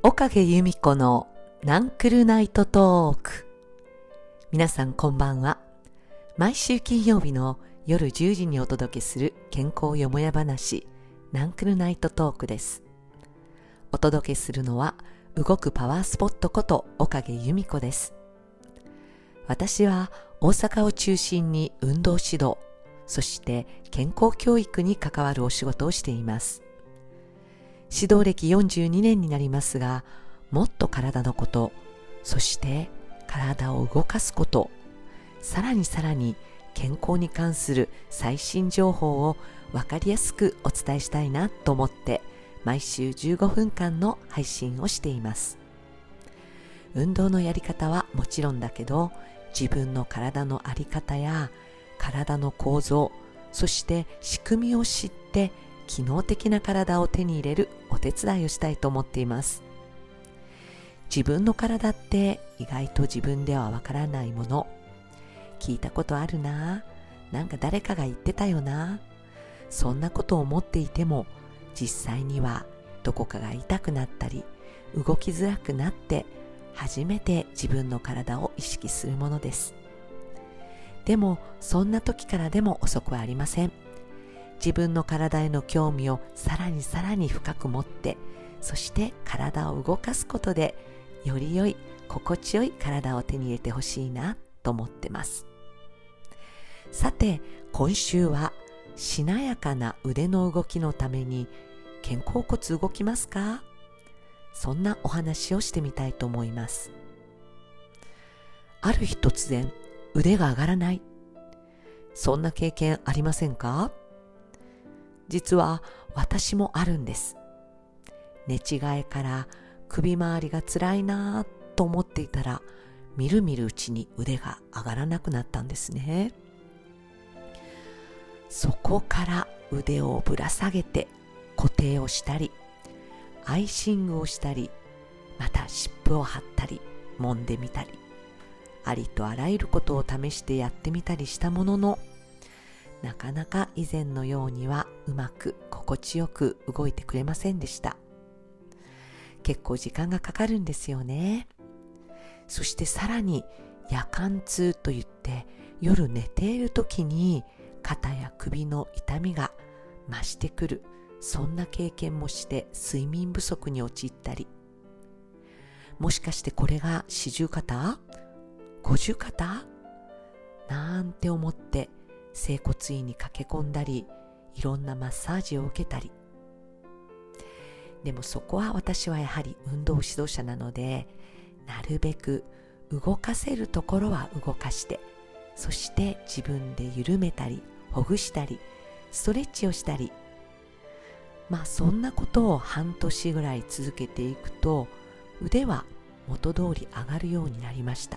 岡毛由美子のナンクルナイトトーク。皆さんこんばんは。毎週金曜日の夜10時にお届けする健康よもや話、ナンクルナイトトークです。お届けするのは動くパワースポットこと岡毛由美子です。私は大阪を中心に運動指導、そして健康教育に関わるお仕事をしています。指導歴42年になりますが、もっと体のこと、そして体を動かすこと、さらに健康に関する最新情報を分かりやすくお伝えしたいなと思って、毎週15分間の配信をしています。運動のやり方はもちろんだけど、自分の体の在り方や体の構造、そして仕組みを知って機能的な体を手に入れるお手伝いをしたいと思っています。自分の体って意外と自分ではわからないもの、聞いたことあるな、なんか誰かが言ってたよな、そんなことを思っていても、実際にはどこかが痛くなったり動きづらくなって初めて自分の体を意識するものです。でもそんな時からでも遅くはありません。自分の体への興味をさらに深く持って、そして体を動かすことでより良い心地よい体を手に入れてほしいなと思ってます。さて、今週はしなやかな腕の動きのために肩甲骨動きますか？そんなお話をしてみたいと思います。ある日突然腕が上がらない、そんな経験ありませんか？実は私もあるんです。寝違えから首周りが辛いなぁと思っていたら、みるみるうちに腕が上がらなくなったんですね。そこから腕をぶら下げて固定をしたり、アイシングをしたり、また湿布を貼ったり揉んでみたり、ありとあらゆることを試してやってみたりしたものの、なかなか以前のようにはうまく心地よく動いてくれませんでした。結構時間がかかるんですよね。そしてさらに夜間痛といって、夜寝ている時に肩や首の痛みが増してくる、そんな経験もして睡眠不足に陥ったり、もしかしてこれが四十肩？五十肩？なんて思って整骨院に駆け込んだり、いろんなマッサージを受けたり。でもそこは私はやはり運動指導者なので、なるべく動かせるところは動かして、そして自分で緩めたりほぐしたりストレッチをしたり、そんなことを半年ぐらい続けていくと、腕は元通り上がるようになりました。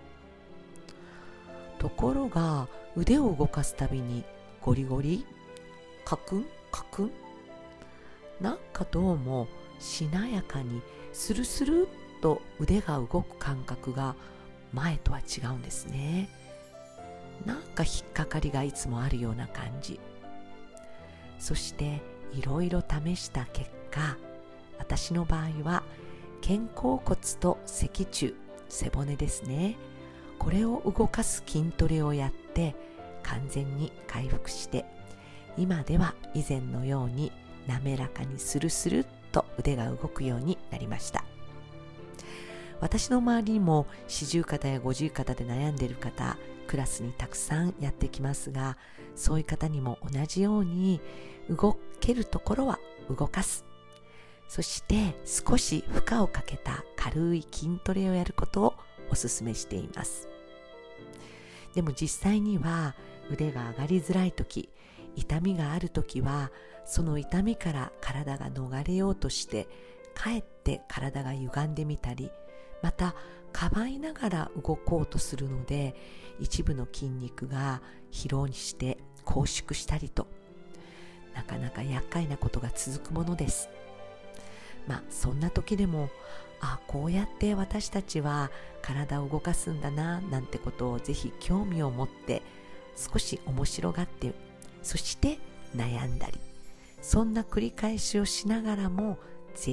ところが腕を動かすたびにゴリゴリ、カクンカクン、なんかどうもしなやかにスルスルっと腕が動く感覚が前とは違うんですね。なんか引っかかりがいつもあるような感じ。そしていろいろ試した結果、私の場合は肩甲骨と脊柱、背骨ですね、これを動かす筋トレをやって完全に回復して、今では以前のように滑らかにスルスルっと腕が動くようになりました。私の周りにも四十肩や五十肩で悩んでいる方、クラスにたくさんやってきますが、そういう方にも同じように動けるところは動かす、そして少し負荷をかけた軽い筋トレをやることをお勧めしています。でも実際には腕が上がりづらい時、痛みがある時は、その痛みから体が逃れようとしてかえって体が歪んでみたり、またかばいながら動こうとするので、一部の筋肉が疲労にして拘縮したりと、なかなか厄介なことが続くものです。そんな時でも、こうやって私たちは体を動かすんだな、なんてことをぜひ興味を持って少し面白がって、そして悩んだり、そんな繰り返しをしながらもぜひ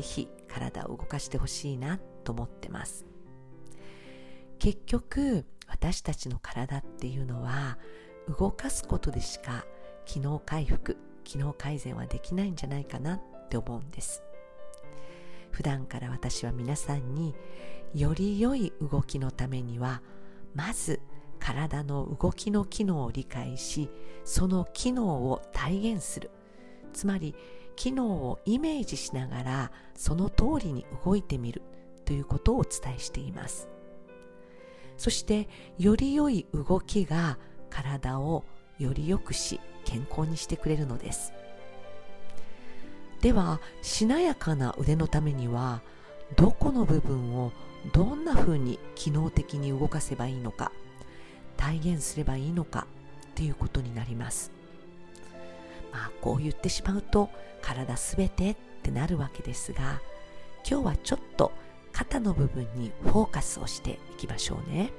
体を動かしてほしいなと思ってます。結局私たちの体っていうのは動かすことでしか機能回復、機能改善はできないんじゃないかなって思うんです。普段から私は皆さんにより良い動きのためにはまず体の動きの機能を理解し、その機能を体現する、つまり機能をイメージしながらその通りに動いてみるということをお伝えしています。そしてより良い動きが体をより良くし健康にしてくれるのです。ではしなやかな腕のためにはどこの部分をどんなふうに機能的に動かせばいいのか、体現すればいいのかっていうことになります。こう言ってしまうと体すべてってなるわけですが、今日はちょっと肩の部分にフォーカスをしていきましょうね。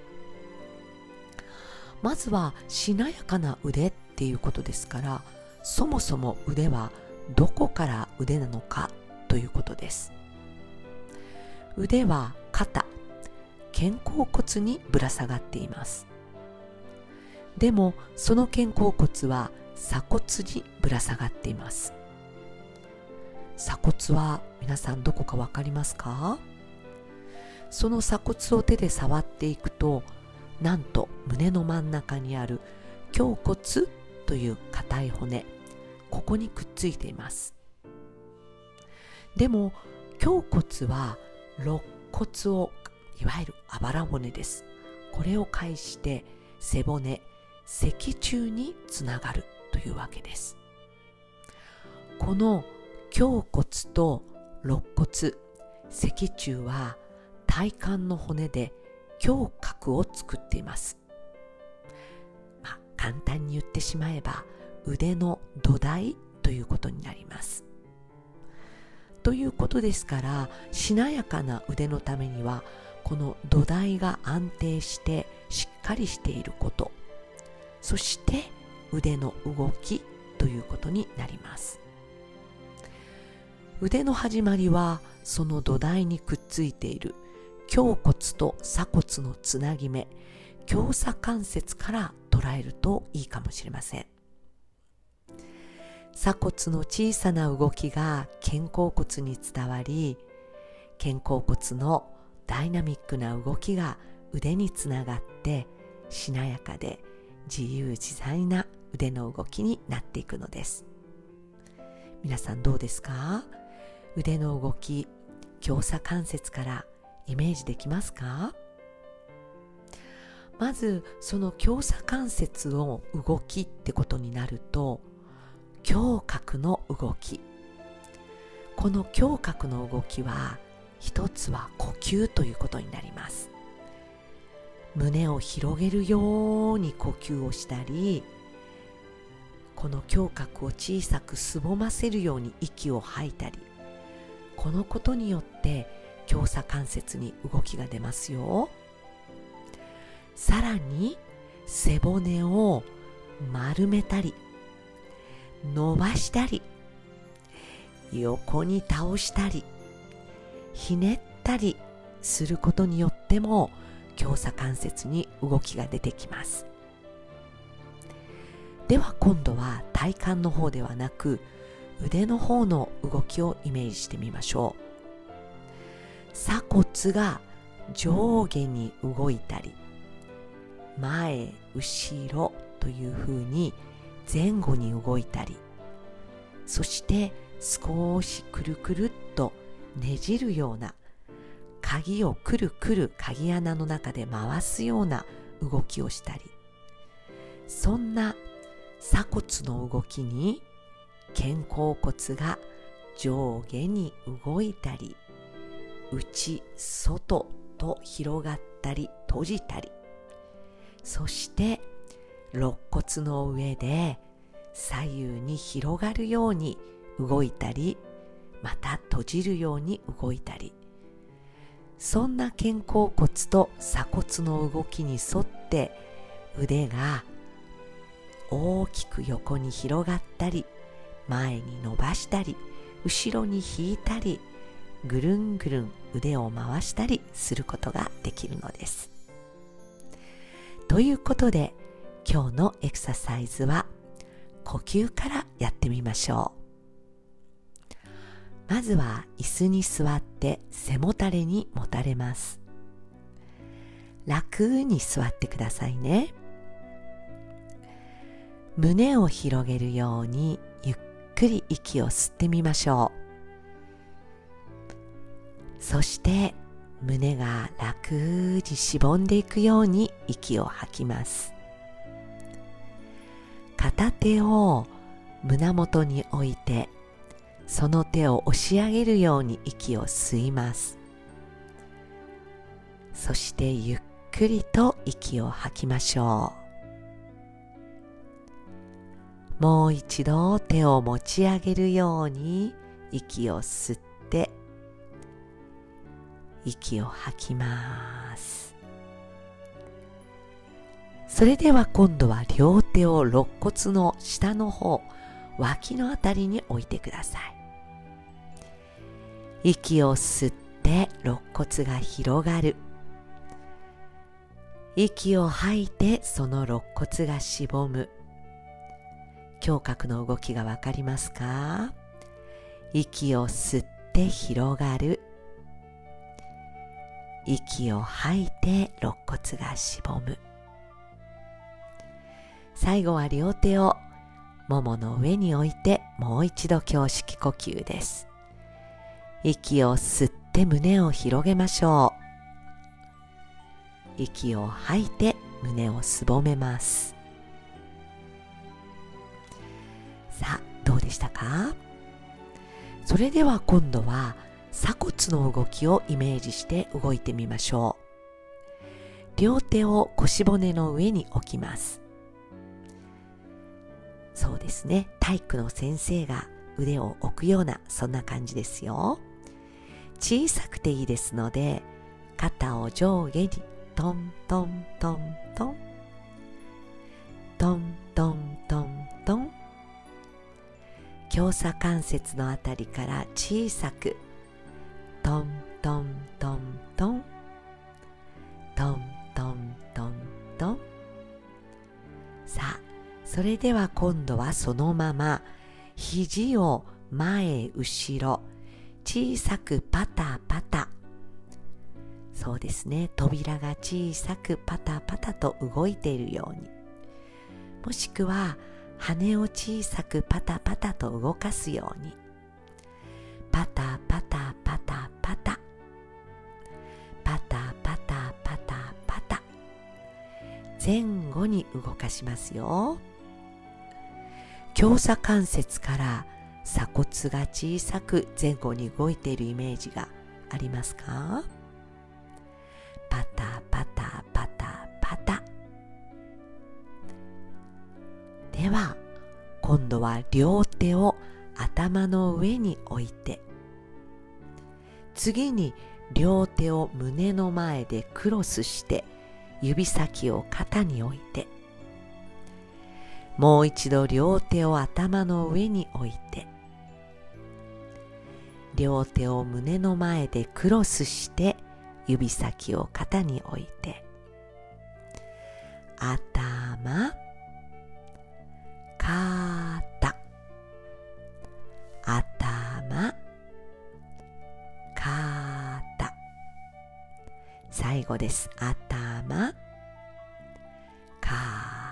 まずはしなやかな腕っていうことですから、そもそも腕はどこから腕なのかということです。腕は肩、肩甲骨にぶら下がっています。でもその肩甲骨は鎖骨にぶら下がっています。鎖骨は皆さんどこかわかりますか？その鎖骨を手で触っていくと、なんと胸の真ん中にある胸骨という硬い骨、ここにくっついています。でも胸骨は肋骨を、いわゆるあばら骨です。これを介して背骨、脊柱につながるというわけです。この胸骨と肋骨、脊柱は体幹の骨で胸郭を作っています。簡単に言ってしまえば腕の土台ということになります。ということですから、しなやかな腕のためにはこの土台が安定してしっかりしていること、そして腕の動きということになります。腕の始まりはその土台にくっついている胸骨と鎖骨のつなぎ目、胸鎖関節から捉えるといいかもしれません。鎖骨の小さな動きが肩甲骨に伝わり、肩甲骨のダイナミックな動きが腕につながってしなやかで自由自在な腕の動きになっていくのです。皆さんどうですか？腕の動き、胸鎖関節からイメージできますか？まずその胸鎖関節の動きってことになると、胸郭の動き、この胸郭の動きは一つは呼吸ということになります。胸を広げるように呼吸をしたり、この胸郭を小さくすぼませるように息を吐いたり、このことによって胸鎖関節に動きが出ますよ。さらに背骨を丸めたり伸ばしたり、横に倒したりひねったりすることによっても胸鎖関節に動きが出てきます。では今度は体幹の方ではなく腕の方の動きをイメージしてみましょう。鎖骨が上下に動いたり、前後ろというふうに前後に動いたり、そして少しくるくるっとねじるような、鍵をくるくる鍵穴の中で回すような動きをしたり、そんな鎖骨の動きに肩甲骨が上下に動いたり、内外と広がったり閉じたり、そして肋骨の上で左右に広がるように動いたり、また閉じるように動いたり、そんな肩甲骨と鎖骨の動きに沿って腕が大きく横に広がったり、前に伸ばしたり、後ろに引いたり、 ぐるんぐるん腕を回したりすることができるのです。ということで、今日のエクササイズは呼吸からやってみましょう。まずは椅子に座って背もたれにもたれます。楽に座ってくださいね。胸を広げるようにゆっくり息を吸ってみましょう。そして胸が楽にしぼんでいくように息を吐きます。片手を胸元に置いて、その手を押し上げるように息を吸います。そしてゆっくりと息を吐きましょう。もう一度手を持ち上げるように息を吸って息を吐きます。それでは今度は両手を肋骨の下の方、脇のあたりに置いてください。息を吸って肋骨が広がる。息を吐いてその肋骨がしぼむ。胸郭の動きがわかりますか？息を吸って広がる。息を吐いて肋骨がしぼむ。最後は両手をももの上に置いてもう一度胸式呼吸です。息を吸って胸を広げましょう。息を吐いて胸をすぼめます。さあ、どうでしたか？それでは今度は鎖骨の動きをイメージして動いてみましょう。両手を腰骨の上に置きます。そうですね、体育の先生が腕を置くような、そんな感じですよ。小さくていいですので、肩を上下にトントントントントントントントン、胸鎖関節のあたりから小さくトントントントントントントントン。さあ、それでは今度はそのまま肘を前後ろ小さくパタパタ。そうですね、扉が小さくパタパタと動いているように、もしくは羽を小さくパタパタと動かすように、パタパタパタパタパタパタパタパタ、前後に動かしますよ。胸鎖関節から鎖骨が小さく前後に動いているイメージがありますか？パタパタパタパタ。では今度は両手を頭の上に置いて、次に両手を胸の前でクロスして指先を肩に置いて、もう一度両手を頭の上に置いて、両手を胸の前でクロスして指先を肩に置いて、頭、肩、頭、肩。最後です。頭、肩。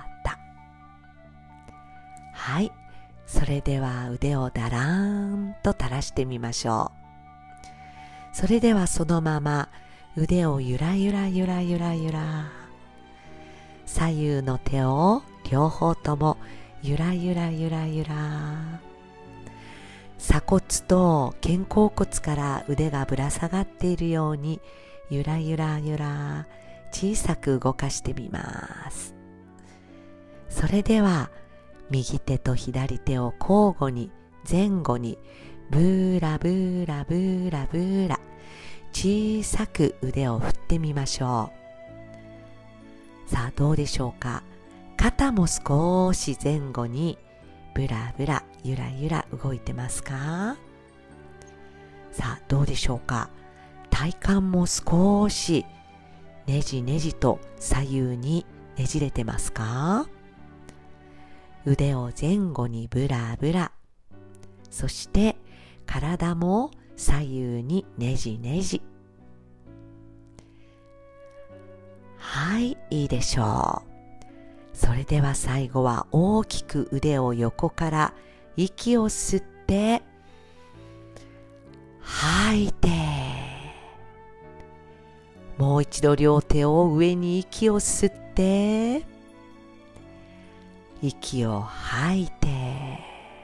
はい。それでは腕をだらーんと垂らしてみましょう。それではそのまま腕をゆらゆらゆらゆらゆら。左右の手を両方ともゆらゆらゆらゆら。鎖骨と肩甲骨から腕がぶら下がっているようにゆらゆらゆら小さく動かしてみます。それでは右手と左手を交互に前後にブーラブーラブーラブーラ小さく腕を振ってみましょう。さあ、どうでしょうか。肩も少し前後にブラブラゆらゆら動いてますか？ さあどうでしょうか。体幹も少しねじねじと左右にねじれてますか？腕を前後にブラブラ、そして体も左右にねじねじ。はい、いいでしょう。それでは最後は大きく腕を横から息を吸って吐いて、もう一度両手を上に息を吸って息を吐いて、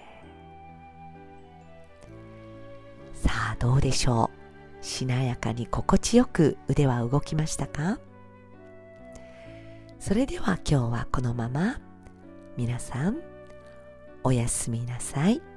さあどうでしょう。しなやかに心地よく腕は動きましたか？それでは今日はこのまま。皆さんおやすみなさい。